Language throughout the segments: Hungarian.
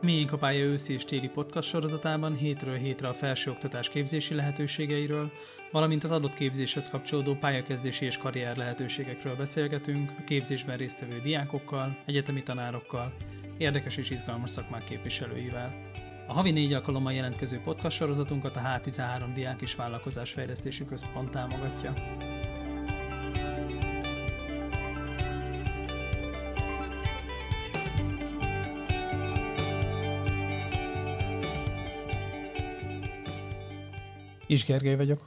Miénk a pálya őszi és téli podcast sorozatában hétről hétre a felsőoktatás képzési lehetőségeiről, valamint az adott képzéshez kapcsolódó pályakezdési és karrier lehetőségekről beszélgetünk a képzésben résztvevő diákokkal, egyetemi tanárokkal, érdekes és izgalmas szakmák képviselőivel. A havi 4 alkalommal jelentkező podcast sorozatunkat a H13 Diák és Vállalkozásfejlesztési Központ támogatja. Is Gergely vagyok.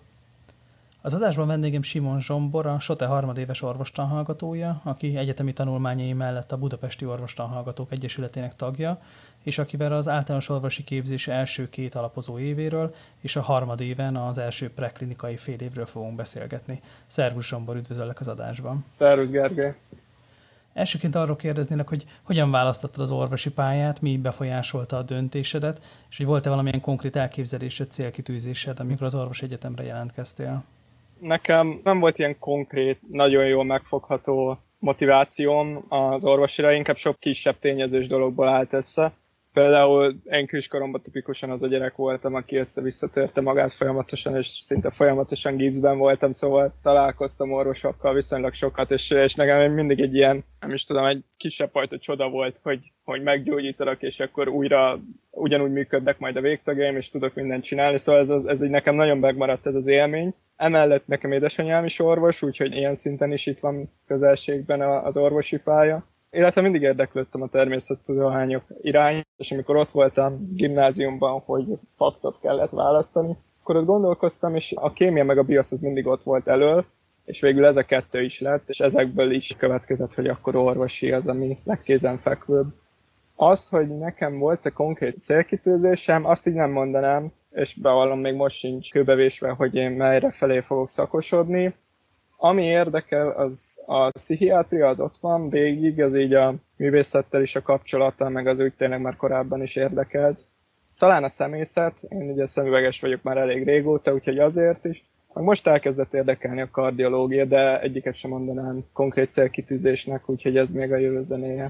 Az adásban vendégem Simon Zsombor, a SOTE harmadéves orvostanhallgatója, aki egyetemi tanulmányai mellett a Budapesti Orvostanhallgatók Egyesületének tagja, és akivel az általános orvosi képzés első 2 alapozó évéről és a harmadéven az első preklinikai fél évről fogunk beszélgetni. Szervusz Zsombor, üdvözöllek az adásban. Szervusz Gergely. Elsőként arról kérdeznének, hogy hogyan választottad az orvosi pályát, mi befolyásolta a döntésedet, és hogy volt-e valamilyen konkrét elképzelésed, célkitűzésed, amikor az orvosegyetemre jelentkeztél? Nekem nem volt ilyen konkrét, nagyon jól megfogható motivációm az orvosira, inkább sok kisebb tényezős dologból állt össze. Például én kiskoromban tipikusan az a gyerek voltam, aki össze-vissza törte magát folyamatosan, és szinte folyamatosan gipszben voltam, szóval találkoztam orvosokkal viszonylag sokat, és nekem mindig egy ilyen, nem is tudom, egy kisebb fajta csoda volt, hogy meggyógyítanak, és akkor újra ugyanúgy működnek majd a végtagjaim, és tudok mindent csinálni, szóval ez így nekem nagyon megmaradt ez az élmény. Emellett nekem édesanyám is orvos, úgyhogy ilyen szinten is itt van közelségben az orvosi pálya. Illetve mindig érdeklődtem a természettudományok irány, és amikor ott voltam gimnáziumban, hogy faktot kellett választani, akkor ott gondolkoztam, és a kémia meg a biosz az mindig ott volt elől, és végül ez a 2 is lett, és ezekből is következett, hogy akkor orvosi az, ami legkézenfekvőbb. Az, hogy nekem volt egy konkrét célkitűzésem, azt így nem mondanám, és bevallom, még most sincs kőbevésve, hogy én merre felé fogok szakosodni. Ami érdekel, az a pszichiátria, az ott van végig, az így a művészettel is a kapcsolata, meg az úgy tényleg már korábban is érdekelt. Talán a szemészet, én ugye szemüveges vagyok már elég régóta, úgyhogy azért is. Meg most elkezdett érdekelni a kardiológia, de egyiket sem mondanám konkrét célkitűzésnek, úgyhogy ez még a jövő zenéje.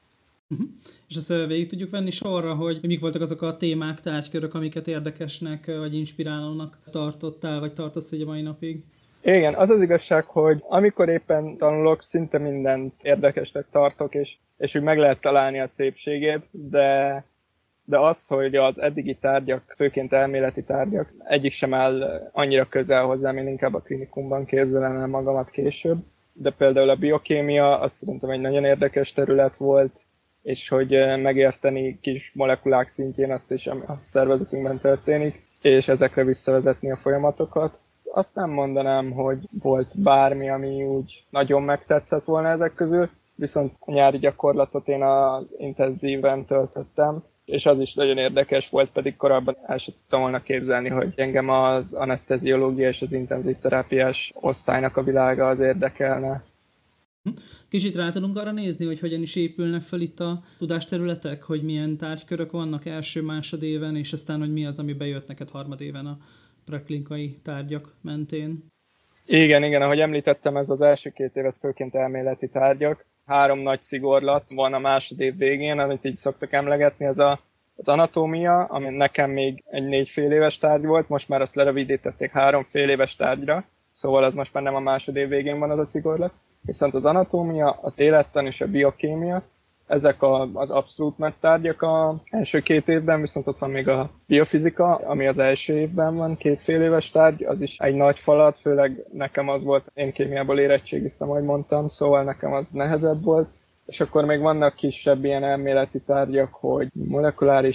És azt végig tudjuk venni sorra, hogy mik voltak azok a témák, tárgykörök, amiket érdekesnek vagy inspirálónak tartottál, vagy tartasz ugye mai napig? Igen, az az igazság, hogy amikor éppen tanulok, szinte mindent érdekesnek tartok, és úgy meg lehet találni a szépségét, de az, hogy az eddigi tárgyak, főként elméleti tárgyak, egyik sem áll annyira közel hozzám, én inkább a klinikumban képzelem el magamat később. De például a biokémia, azt szerintem egy nagyon érdekes terület volt, és hogy megérteni kis molekulák szintjén azt is, ami a szervezetünkben történik, és ezekre visszavezetni a folyamatokat. Azt nem mondanám, hogy volt bármi, ami úgy nagyon megtetszett volna ezek közül, viszont a nyári gyakorlatot én intenzíven töltöttem, és az is nagyon érdekes volt, pedig korábban el sem tudtam volna képzelni, hogy engem az aneszteziológia és az intenzív terápiás osztálynak a világa az érdekelne. Kicsit rá tudunk arra nézni, hogy hogyan is épülnek fel itt a tudásterületek, hogy milyen tárgykörök vannak első-másodéven, és aztán, hogy mi az, ami bejött neked harmadéven a preklinikai tárgyak mentén. Igen, ahogy említettem, ez az első 2 év, ez főként elméleti tárgyak. 3 nagy szigorlat van a másodév végén, amit így szoktak emlegetni, ez az anatómia, ami nekem még egy 4 fél éves tárgy volt, most már azt lerövidítették 3 fél éves tárgyra, szóval az most már nem a másodév végén van az a szigorlat. Viszont az anatómia, az élettan és a biokémia, ezek az abszolút nagy tárgyak az első 2 évben, viszont ott van még a biofizika, ami az első évben van, 2 fél éves tárgy, az is egy nagy falat, főleg nekem az volt, én kémiából érettségiztem, ahogy mondtam, szóval nekem az nehezebb volt. És akkor még vannak kisebb ilyen elméleti tárgyak, hogy molekuláris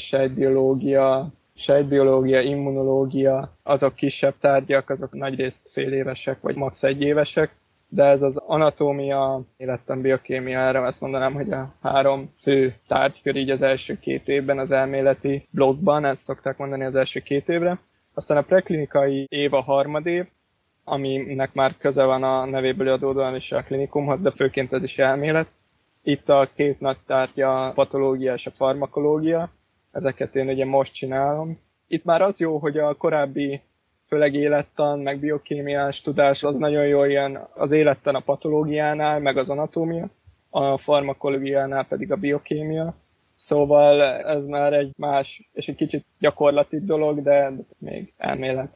sejtbiológia, immunológia, azok kisebb tárgyak, azok nagyrészt fél évesek, vagy max. 1 évesek. De ez az anatómia, élettan, biokémia, erre azt mondanám, hogy a 3 fő tárgykör így az első 2 évben az elméleti blokkban, ezt szokták mondani az első 2 évre. Aztán a preklinikai év a harmadév, aminek már köze van a nevéből adódóan is a klinikumhoz, de főként ez is elmélet. Itt a 2 nagy tárgya, a patológia és a farmakológia, ezeket én ugye most csinálom. Itt már az jó, hogy a korábbi főleg élettan, meg biokémiás tudás, az nagyon jól jön az élettan a patológiánál, meg az anatómia, a farmakológiánál pedig a biokémia, Szóval ez már egy más és egy kicsit gyakorlati dolog, de még elmélet.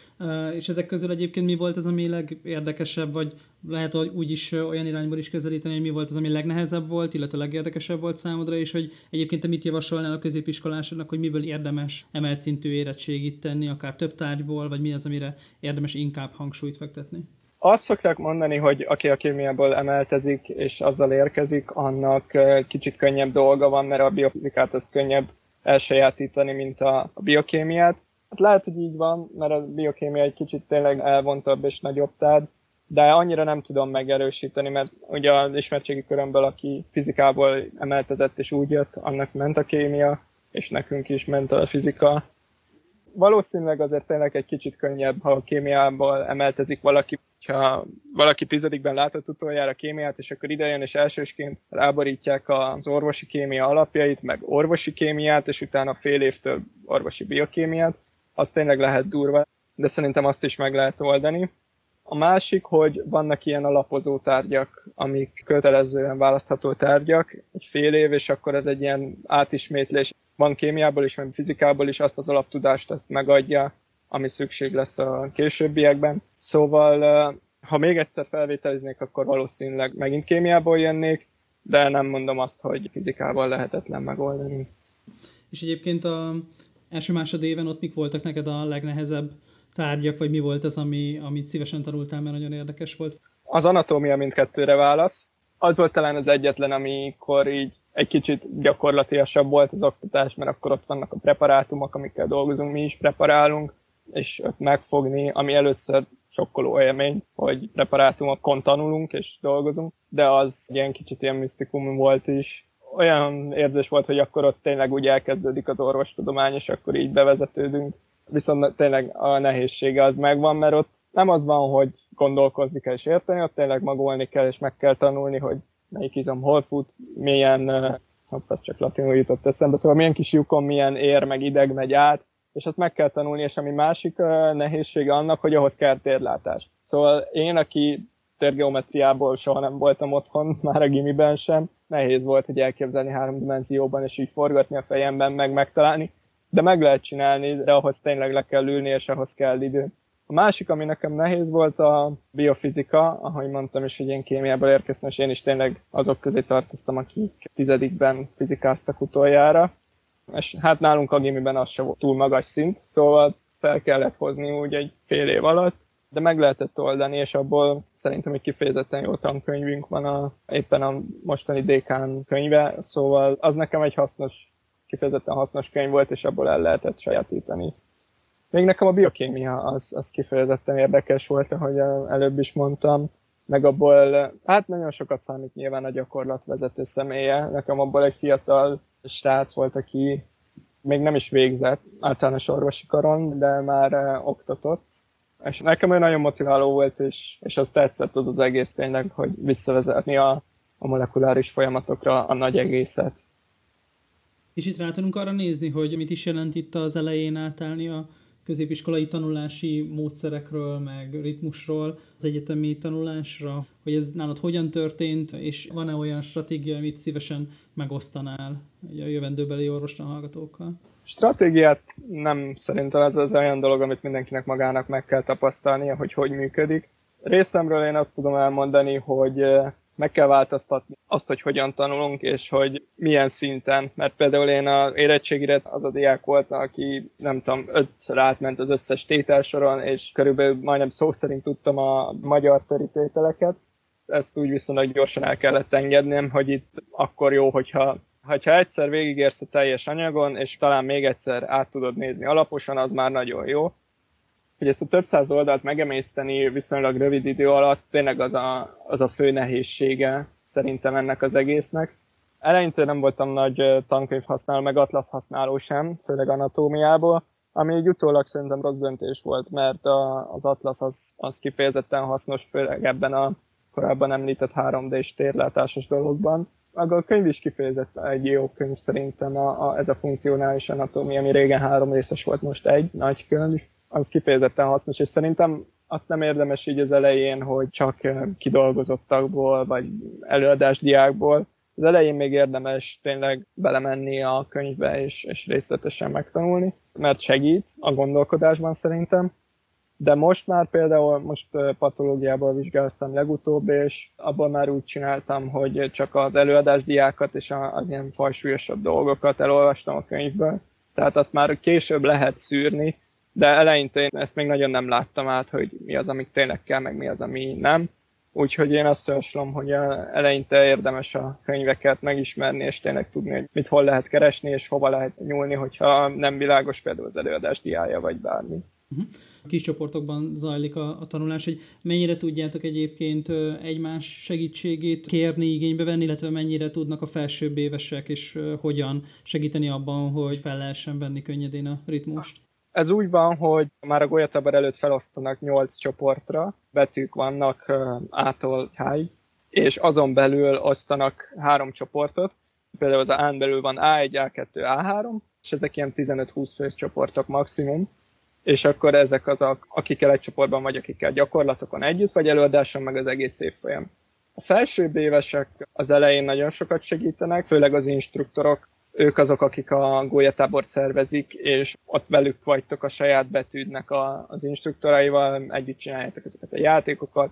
És ezek közül egyébként mi volt az, ami legérdekesebb, vagy lehet, hogy úgy is olyan irányból is közelíteni, hogy mi volt az, ami legnehezebb volt, illetve legérdekesebb volt számodra, és hogy egyébként te mit javasolnál a középiskolásoknak, hogy miből érdemes emelt szintű érettségit tenni, akár több tárgyból, vagy mi az, amire érdemes inkább hangsúlyt fektetni? Azt szokták mondani, hogy aki a kémiából emeltezik, és azzal érkezik, annak kicsit könnyebb dolga van, mert a biofizikát azt könnyebb elsajátítani, mint a biokémiát. Hát lehet, hogy így van, mert a biokémia egy kicsit tényleg elvontabb és nagyobb tárgy, de annyira nem tudom megerősíteni, mert ugye az ismertségi körömből, aki fizikából emeltezett és úgy jött, annak ment a kémia, és nekünk is ment a fizika. Valószínűleg azért tényleg egy kicsit könnyebb, ha a kémiából emeltezik valaki, ha valaki 10-ben látott utoljára kémiát, és akkor idejön és elsősként ráborítják az orvosi kémia alapjait, meg orvosi kémiát, és utána fél évtől orvosi biokémiát, az tényleg lehet durva, de szerintem azt is meg lehet oldani. A másik, hogy vannak ilyen alapozó tárgyak, amik kötelezően választható tárgyak, egy fél év, és akkor ez egy ilyen átismétlés. Van kémiából is, van fizikából is, azt az alaptudást azt megadja, ami szükség lesz a későbbiekben. Szóval, ha még egyszer felvételiznék, akkor valószínűleg megint kémiából jönnék, de nem mondom azt, hogy fizikával lehetetlen megoldani. És egyébként az első-másod éven ott mik voltak neked a legnehezebb tárgyak, vagy mi volt az, amit szívesen tanultál, mert nagyon érdekes volt? Az anatómia mindkettőre válasz. Az volt talán az egyetlen, amikor így egy kicsit gyakorlatiasabb volt az oktatás, mert akkor ott vannak a preparátumok, amikkel dolgozunk, mi is preparálunk, és ott megfogni, ami először sokkoló élmény, hogy preparátumokon tanulunk és dolgozunk, de az ilyen kicsit ilyen misztikum volt is. Olyan érzés volt, hogy akkor ott tényleg úgy elkezdődik az orvostudomány, és akkor így bevezetődünk. Viszont tényleg a nehézsége az megvan, mert ott nem az van, hogy gondolkozni kell és érteni, ott tényleg magolni kell és meg kell tanulni, hogy melyik izom hol fut, milyen, ez csak latinul jutott eszembe, szóval milyen kis lyukon milyen ér meg ideg megy át, és azt meg kell tanulni, és ami másik nehézsége annak, hogy ahhoz kell térlátás. Szóval én, aki térgeometriából soha nem voltam otthon, már a gimiben sem, nehéz volt, hogy elképzelni 3 dimenzióban, és így forgatni a fejemben, meg megtalálni, de meg lehet csinálni, de ahhoz tényleg le kell ülni, és ahhoz kell idő. A másik, ami nekem nehéz volt, a biofizika, ahogy mondtam is, hogy én kémiából érkeztem, és én is tényleg azok közé tartoztam, akik 10-ben fizikáztak utoljára. És hát nálunk a gimiben az sem volt túl magas szint, szóval fel kellett hozni úgy egy fél év alatt, de meg lehetett oldani, és abból szerintem egy kifejezetten jó tankönyvünk van, éppen a mostani dékán könyve, szóval az nekem egy kifejezetten hasznos könyv volt, és abból el lehetett sajátítani. Még nekem a biokémia az kifejezetten érdekes volt, ahogy előbb is mondtam, meg abból, hát nagyon sokat számít nyilván a gyakorlatvezető személye. Nekem abból egy fiatal srác volt, aki még nem is végzett általános orvosi karon, de már oktatott. És nekem ő nagyon motiváló volt, és az tetszett az egész tényleg, hogy visszavezetni a molekuláris folyamatokra a nagy egészet. És itt rá tudunk arra nézni, hogy mit is jelent itt az elején átállni a középiskolai tanulási módszerekről, meg ritmusról az egyetemi tanulásra, hogy ez nálad hogyan történt, és van-e olyan stratégia, amit szívesen megosztanál a jövendőbeli orvostan hallgatókkal? Stratégiát nem, szerintem ez az olyan dolog, amit mindenkinek magának meg kell tapasztalnia, hogy működik. Részemről én azt tudom elmondani, hogy meg kell változtatni azt, hogy hogyan tanulunk, és hogy milyen szinten. Mert például én az érettségire az a diák volt, aki nem tudom, 5-ször átment az összes tételsoron, és körülbelül majdnem szó szerint tudtam a magyar törítételeket. Ezt úgy viszonylag gyorsan el kellett engednem, hogy itt akkor jó, hogyha egyszer végigérsz a teljes anyagon, és talán még egyszer át tudod nézni alaposan, az már nagyon jó. Hogy ezt a több száz oldalt megemészteni viszonylag rövid idő alatt tényleg az a fő nehézsége szerintem ennek az egésznek. Eleinte nem voltam nagy tankönyv használó, meg atlasz használó sem, főleg anatómiából, ami így utólag szerintem rossz döntés volt, mert az atlasz az kifejezetten hasznos, főleg ebben a korábban említett 3D-s térlátásos dologban. A könyv is kifejezetten egy jó könyv szerintem, ez a funkcionális anatómia, ami régen 3 részes volt, most egy nagy könyv. Az kifejezetten hasznos, és szerintem azt nem érdemes így az elején, hogy csak kidolgozottakból, vagy előadásdiákból. Az elején még érdemes tényleg belemenni a könyvbe és részletesen megtanulni, mert segít a gondolkodásban szerintem. De most már például, patológiából vizsgáztam legutóbb, és abban már úgy csináltam, hogy csak az előadásdiákat és az ilyen fajsúlyosabb dolgokat elolvastam a könyvből. Tehát azt már később lehet szűrni, de eleinte én ezt még nagyon nem láttam át, hogy mi az, amit tényleg kell, meg mi az, ami nem. Úgyhogy én azt javaslom, hogy eleinte érdemes a könyveket megismerni, és tényleg tudni, hogy mit hol lehet keresni, és hova lehet nyúlni, hogyha nem világos például az előadás diája, vagy bármi. A kis csoportokban zajlik a tanulás, hogy mennyire tudjátok egyébként egymás segítségét kérni, igénybe venni, illetve mennyire tudnak a felsőbb évesek, és hogyan segíteni abban, hogy fel lehessen venni könnyedén a ritmust? Ez úgy van, hogy már a golyatábor előtt felosztanak 8 csoportra, betűk vannak A-tól H-ig, és azon belül osztanak 3 csoportot. Például az A-n belül van A1, A2, A3, és ezek ilyen 15-20 fős csoportok maximum. És akkor ezek azok, akikkel egy csoportban vagy, akikkel gyakorlatokon együtt, vagy előadáson, meg az egész évfolyam. A felsőbb évesek az elején nagyon sokat segítenek, főleg az instruktorok. Ők azok, akik a gólyatábort szervezik, és ott velük vagytok a saját betűdnek az instruktoraival, együtt csináljátok ezeket a játékokat,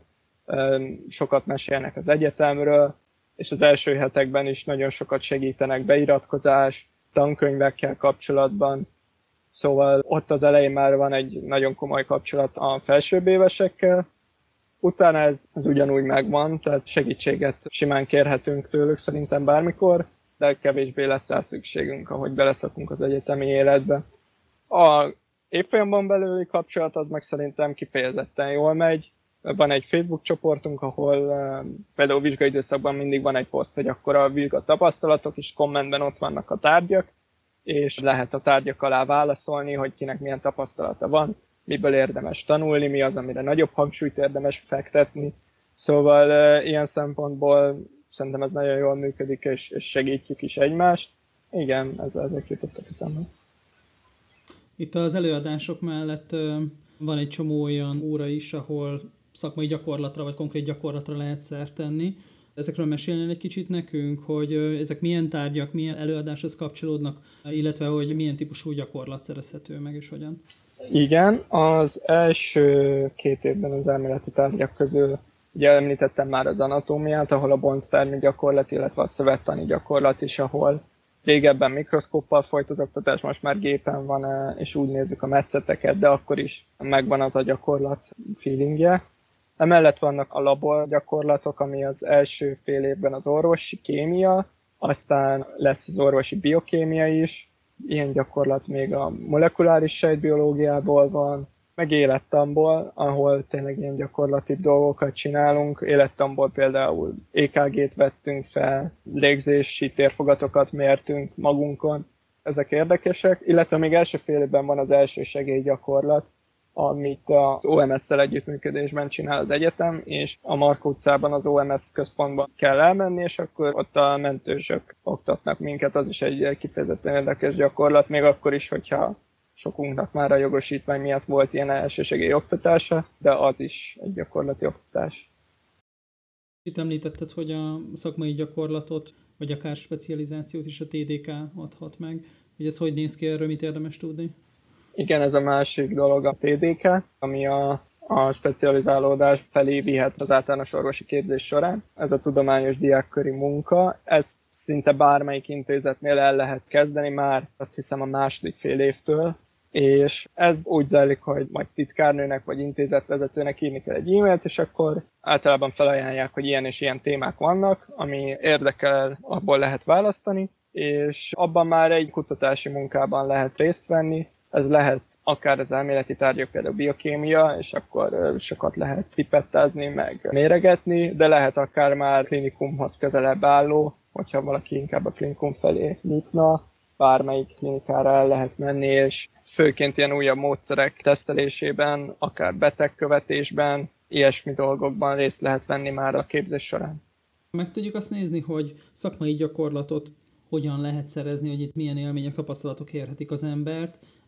sokat mesélnek az egyetemről, és az első hetekben is nagyon sokat segítenek beiratkozás, tankönyvekkel kapcsolatban. Szóval ott az elején már van egy nagyon komoly kapcsolat a felsőbb évesekkel. Utána ez ugyanúgy megvan, tehát segítséget simán kérhetünk tőlük szerintem bármikor, de kevésbé lesz rá szükségünk, ahogy beleszokunk az egyetemi életbe. A évfolyamban belüli kapcsolat az meg szerintem kifejezetten jól megy. Van egy Facebook csoportunk, ahol például vizsgaidőszakban mindig van egy poszt, hogy akkor a vizsga tapasztalatok, és kommentben ott vannak a tárgyak, és lehet a tárgyak alá válaszolni, hogy kinek milyen tapasztalata van, miből érdemes tanulni, mi az, amire nagyobb hangsúlyt érdemes fektetni. Szóval ilyen szempontból szerintem ez nagyon jól működik, és segítjük is egymást. Igen, ezek jutottak eszembe. Itt az előadások mellett van egy csomó olyan óra is, ahol szakmai gyakorlatra, vagy konkrét gyakorlatra lehet szert tenni. Ezekről mesélnél egy kicsit nekünk, hogy ezek milyen tárgyak, milyen előadáshoz kapcsolódnak, illetve hogy milyen típusú gyakorlat szerezhető meg, és hogyan? Igen, az első 2 évben az elméleti tárgyak közül ugye említettem már az anatómiát, ahol a bonctárnyi gyakorlat, illetve a szövettani gyakorlat is, ahol régebben mikroszkóppal folyt az oktatás, most már gépen van, és úgy nézzük a metszeteket, de akkor is megvan az a gyakorlat feelingje. Emellett vannak a labor gyakorlatok, ami az első fél évben az orvosi kémia, aztán lesz az orvosi biokémia is, ilyen gyakorlat még a molekuláris sejtbiológiából van, meg élettanból, ahol tényleg ilyen gyakorlati dolgokat csinálunk. Élettanból például EKG-t vettünk fel, légzési térfogatokat mértünk magunkon, ezek érdekesek, illetve még első fél évben van az első segélygyakorlat, amit az OMS-szel együttműködésben csinál az egyetem, és a Markó utcában az OMS központban kell elmenni, és akkor ott a mentősök oktatnak minket, az is egy kifejezetten érdekes gyakorlat, még akkor is, hogyha sokunknak már a jogosítvány miatt volt ilyen elsősegély oktatása, de az is egy gyakorlati oktatás. Itt említetted, hogy a szakmai gyakorlatot, vagy akár specializációt is a TDK adhat meg, hogy ez hogy néz ki, erről mit érdemes tudni? Igen, ez a másik dolog a TDK, ami a specializálódás felé vihet az általános orvosi képzés során. Ez a tudományos diákköri munka, ezt szinte bármelyik intézetnél el lehet kezdeni már, azt hiszem a második fél évtől, és ez úgy zajlik, hogy majd titkárnőnek vagy intézetvezetőnek írni kell egy e-mailt, és akkor általában felajánlják, hogy ilyen és ilyen témák vannak, ami érdekel, abból lehet választani, és abban már egy kutatási munkában lehet részt venni. Ez lehet akár az elméleti tárgyak, például biokémia, és akkor sokat lehet pipettázni, meg méregetni, de lehet akár már klinikumhoz közelebb álló, hogyha valaki inkább a klinikum felé nyitna, bármelyik klinikára el lehet menni, és főként ilyen újabb módszerek tesztelésében, akár betegkövetésben, ilyesmi dolgokban részt lehet venni már a képzés során. Meg tudjuk azt nézni, hogy szakmai gyakorlatot hogyan lehet szerezni, hogy itt milyen élmények, tapasztalatok érhetik az embert.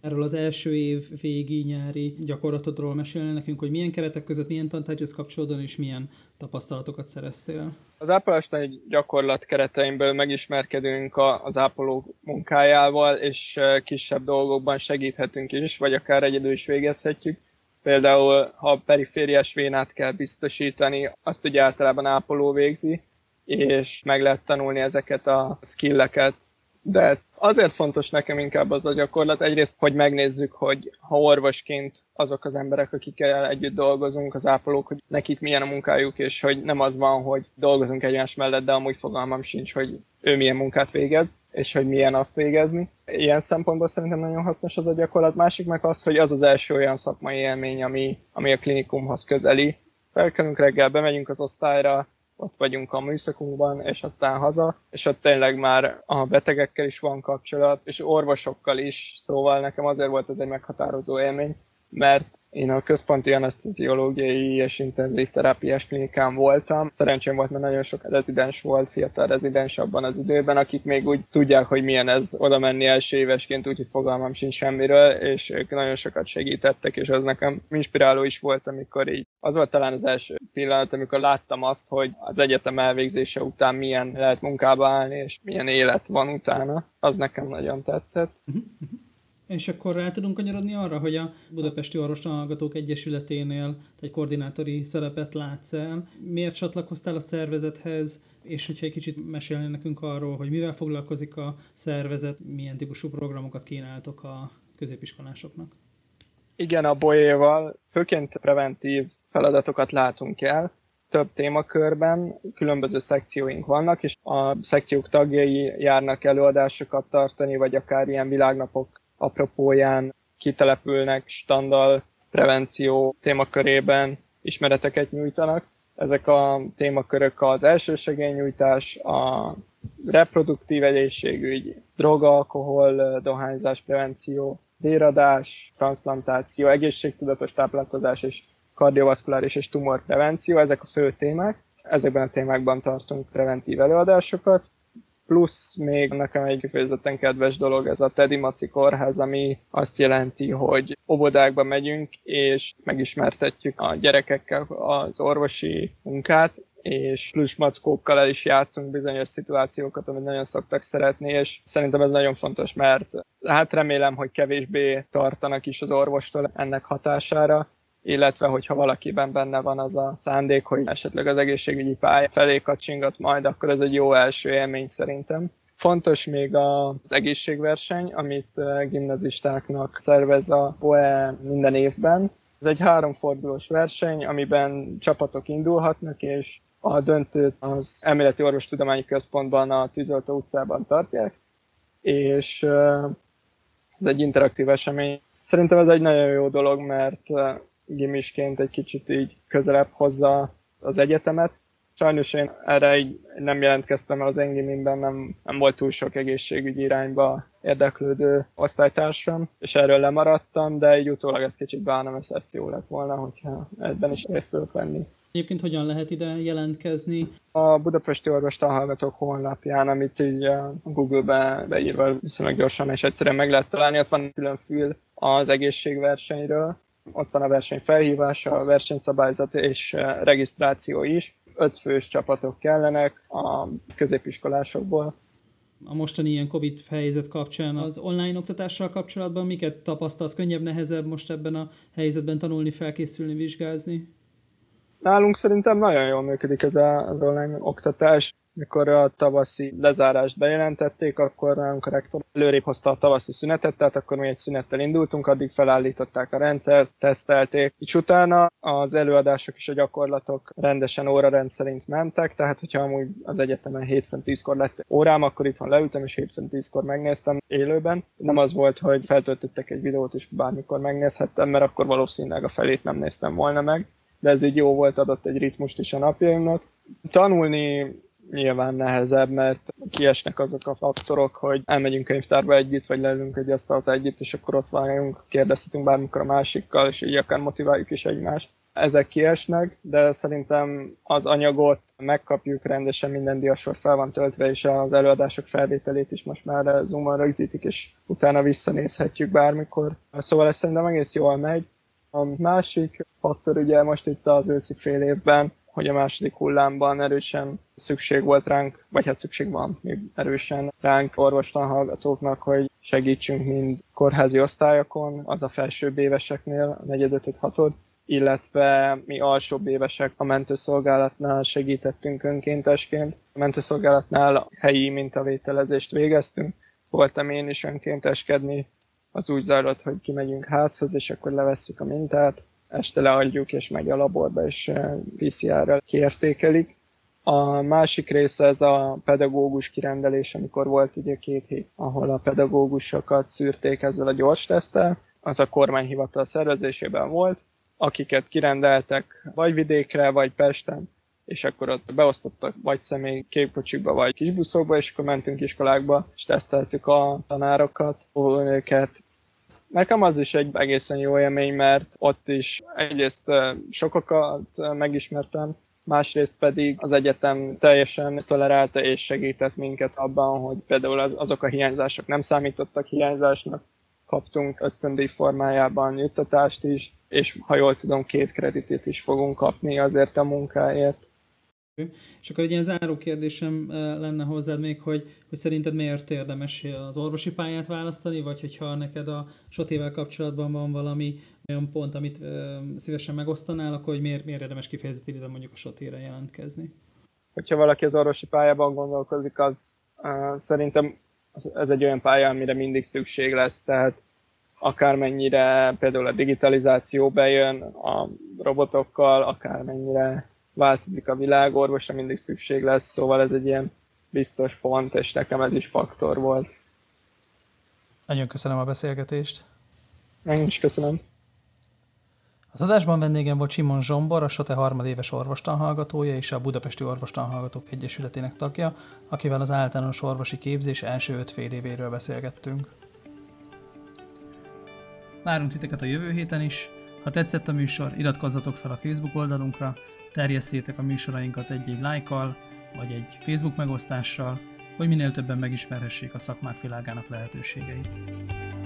Erről az első év végi nyári gyakorlatodról mesélni nekünk, hogy milyen keretek között, milyen tantárgyhoz kapcsolódóan és milyen tapasztalatokat szereztél? Az ápolástan gyakorlat kereteimből megismerkedünk az ápolók munkájával, és kisebb dolgokban segíthetünk is, vagy akár egyedül is végezhetjük. Például, ha perifériás vénát kell biztosítani, azt ugye általában ápoló végzi, és meg lehet tanulni ezeket a skilleket. De azért fontos nekem inkább az a gyakorlat, egyrészt, hogy megnézzük, hogy ha orvosként azok az emberek, akikkel együtt dolgozunk, az ápolók, hogy nekik milyen a munkájuk, és hogy nem az van, hogy dolgozunk egymás mellett, de amúgy fogalmam sincs, hogy ő milyen munkát végez, és hogy milyen azt végezni. Ilyen szempontból szerintem nagyon hasznos az a gyakorlat. Másik meg az, hogy az az első olyan szakmai élmény, ami a klinikumhoz közeli. Felkelünk reggel, bemegyünk az osztályra, ott vagyunk a műszakunkban, és aztán haza, és ott tényleg már a betegekkel is van kapcsolat, és orvosokkal is, szóval nekem azért volt ez egy meghatározó élmény, mert én a központi aneszteziológiai és intenzív terápiás klinikán voltam. Szerencsém volt, mert nagyon sok rezidens volt, fiatal rezidens abban az időben, akik még úgy tudják, hogy milyen ez oda menni első évesként, úgyhogy fogalmam sincs semmiről, és ők nagyon sokat segítettek, és az nekem inspiráló is volt, amikor így. Az volt talán az első pillanat, amikor láttam azt, hogy az egyetem elvégzése után milyen lehet munkába állni, és milyen élet van utána. Az nekem nagyon tetszett. És akkor rá tudunk kanyarodni arra, hogy a Budapesti Orvostanhallgatók Egyesületénél egy koordinátori szerepet látsz el. Miért csatlakoztál a szervezethez, és hogyha egy kicsit mesélni nekünk arról, hogy mivel foglalkozik a szervezet, milyen típusú programokat kínáltok a középiskolásoknak? Igen, a BOE-val főként preventív feladatokat látunk el. Több témakörben különböző szekcióink vannak, és a szekciók tagjai járnak előadásokat tartani, vagy akár ilyen világnapok apropóján kitelepülnek, standal prevenció témakörében ismereteket nyújtanak. Ezek a témakörök az elsősegélynyújtás, a reproduktív egészségügy, drog, alkohol, dohányzás prevenció, véradás, transzplantáció, egészségtudatos táplálkozás és kardiovaszkuláris és tumorprevenció, ezek a fő témák. Ezekben a témákban tartunk preventív előadásokat. Plusz még nekem egy kifejezetten kedves dolog ez a Tedi Maci Kórház, ami azt jelenti, hogy óvodákba megyünk, és megismertetjük a gyerekekkel az orvosi munkát, és plusz mackókkal el is játszunk bizonyos szituációkat, amit nagyon szoktak szeretni, és szerintem ez nagyon fontos, mert hát remélem, hogy kevésbé tartanak is az orvostól ennek hatására, illetve hogyha valakiben benne van az a szándék, hogy esetleg az egészségügyi pálya felé kacsingat majd, akkor ez egy jó első élmény szerintem. Fontos még az egészségverseny, amit gimnazistáknak szervez a BOE minden évben. Ez egy 3 fordulós verseny, amiben csapatok indulhatnak, és a döntőt az Elméleti Orvostudományi Központban, a Tűzoltó utcában tartják, és ez egy interaktív esemény. Szerintem ez egy nagyon jó dolog, mert gimisként egy kicsit így közelebb hozza az egyetemet. Sajnos én erre így nem jelentkeztem, mert az én gimimben nem volt túl sok egészségügyi irányba érdeklődő osztálytársam, és erről lemaradtam, de így utólag ezt kicsit bánom, ezt jó lett volna, hogyha ebben is részt tudok venni. Egyébként hogyan lehet ide jelentkezni? A Budapesti Orvostanhallgatók honlapján, amit így a Google-be beírva viszonylag gyorsan és egyszerűen meg lehet találni, ott van külön fül az egészségversenyről, ott van a verseny felhívása, a versenyszabályzat és regisztráció is. 5 fős csapatok kellenek a középiskolásokból. A mostani ilyen Covid helyzet kapcsán az online oktatással kapcsolatban miket tapasztalsz? Könnyebb, nehezebb most ebben a helyzetben tanulni, felkészülni, vizsgázni? Nálunk szerintem nagyon jól működik ez az online oktatás. Mikor a tavaszi lezárást bejelentették, akkor nálunk a rektor előrébb hozta a tavaszi szünetet, tehát akkor mi egy szünettel indultunk, addig felállították a rendszert, tesztelték. És utána az előadások és a gyakorlatok rendesen órarend szerint mentek, tehát hogyha amúgy az egyetemen hétfőn 10-kor lett órám, akkor itthon leültem, és hétfőn 10-kor megnéztem élőben. Nem az volt, hogy feltöltöttek egy videót, és bármikor megnézhettem, mert akkor valószínűleg a felét nem néztem volna meg. De ez így jó volt, adott egy ritmust is a napjaimnak. Tanulni nyilván nehezebb, mert kiesnek azok a faktorok, hogy elmegyünk könyvtárba együtt, vagy leülünk egy asztalhoz együtt, és akkor ott vagyunk, kérdezhetünk bármikor a másikkal, és így akár motiváljuk is egymást. ezek kiesnek, de szerintem az anyagot megkapjuk rendesen, minden diasor fel van töltve, és az előadások felvételét is most már Zoom-on rögzítik, és utána visszanézhetjük bármikor. Szóval ez szerintem egész jól megy. A másik faktor ugye most itt az őszi fél évben, hogy a második hullámban erősen szükség volt ránk, vagy hát szükség van még erősen ránk orvostanhallgatóknak, hogy segítsünk mind kórházi osztályokon, az a felsőbb éveseknél, a 4., 5., 6., illetve mi alsóbb évesek a mentőszolgálatnál segítettünk önkéntesként. A mentőszolgálatnál helyi mintavételezést végeztünk, voltam én is önkénteskedni, az úgy zajlott, hogy kimegyünk házhoz, és akkor levesszük a mintát, este leadjuk, és megy a laborba, és PCR-rel kiértékelik. A másik része ez a pedagógus kirendelés, amikor volt ugye 2 hét, ahol a pedagógusokat szűrték ezzel a gyors teszttel, az a kormányhivatal szervezésében volt, akiket kirendeltek vagy vidékre, vagy Pesten, és akkor ott beosztottak vagy személy képkocsikba, vagy kisbuszokba, és akkor mentünk iskolákba, és teszteltük a tanárokat, őket. Nekem az is egy egészen jó élmény, mert ott is egyrészt sokakat megismertem, másrészt pedig az egyetem teljesen tolerálta és segített minket abban, hogy például azok a hiányzások nem számítottak hiányzásnak, kaptunk ösztöndíj formájában juttatást is, és ha jól tudom, 2 kreditet is fogunk kapni azért a munkáért. És akkor egy ilyen záró kérdésem lenne hozzád még, hogy szerinted miért érdemes az orvosi pályát választani, vagy hogyha neked a SOTÉ-vel kapcsolatban van valami olyan pont, amit szívesen megosztanál, akkor hogy miért érdemes kifejezetten ide mondjuk a SOTÉ-re jelentkezni? Hogyha valaki az orvosi pályában gondolkozik, az szerintem ez egy olyan pálya, amire mindig szükség lesz, tehát akármennyire például a digitalizáció bejön a robotokkal, akármennyire változik a világ, orvosra mindig szükség lesz, szóval ez egy ilyen biztos pont, és nekem ez is faktor volt. Nagyon köszönöm a beszélgetést. Én is köszönöm. Az adásban vendégem volt Simon Zsombor, a SOTE harmadéves orvostanhallgatója és a Budapesti Orvostanhallgatók Egyesületének tagja, akivel az általános orvosi képzés első 5 fél évéről beszélgettünk. Várunk titeket a jövő héten is. Ha tetszett a műsor, iratkozzatok fel a Facebook oldalunkra, terjesszétek a műsorainkat egy lájkkal, vagy egy Facebook megosztással, hogy minél többen megismerhessék a szakmák világának lehetőségeit.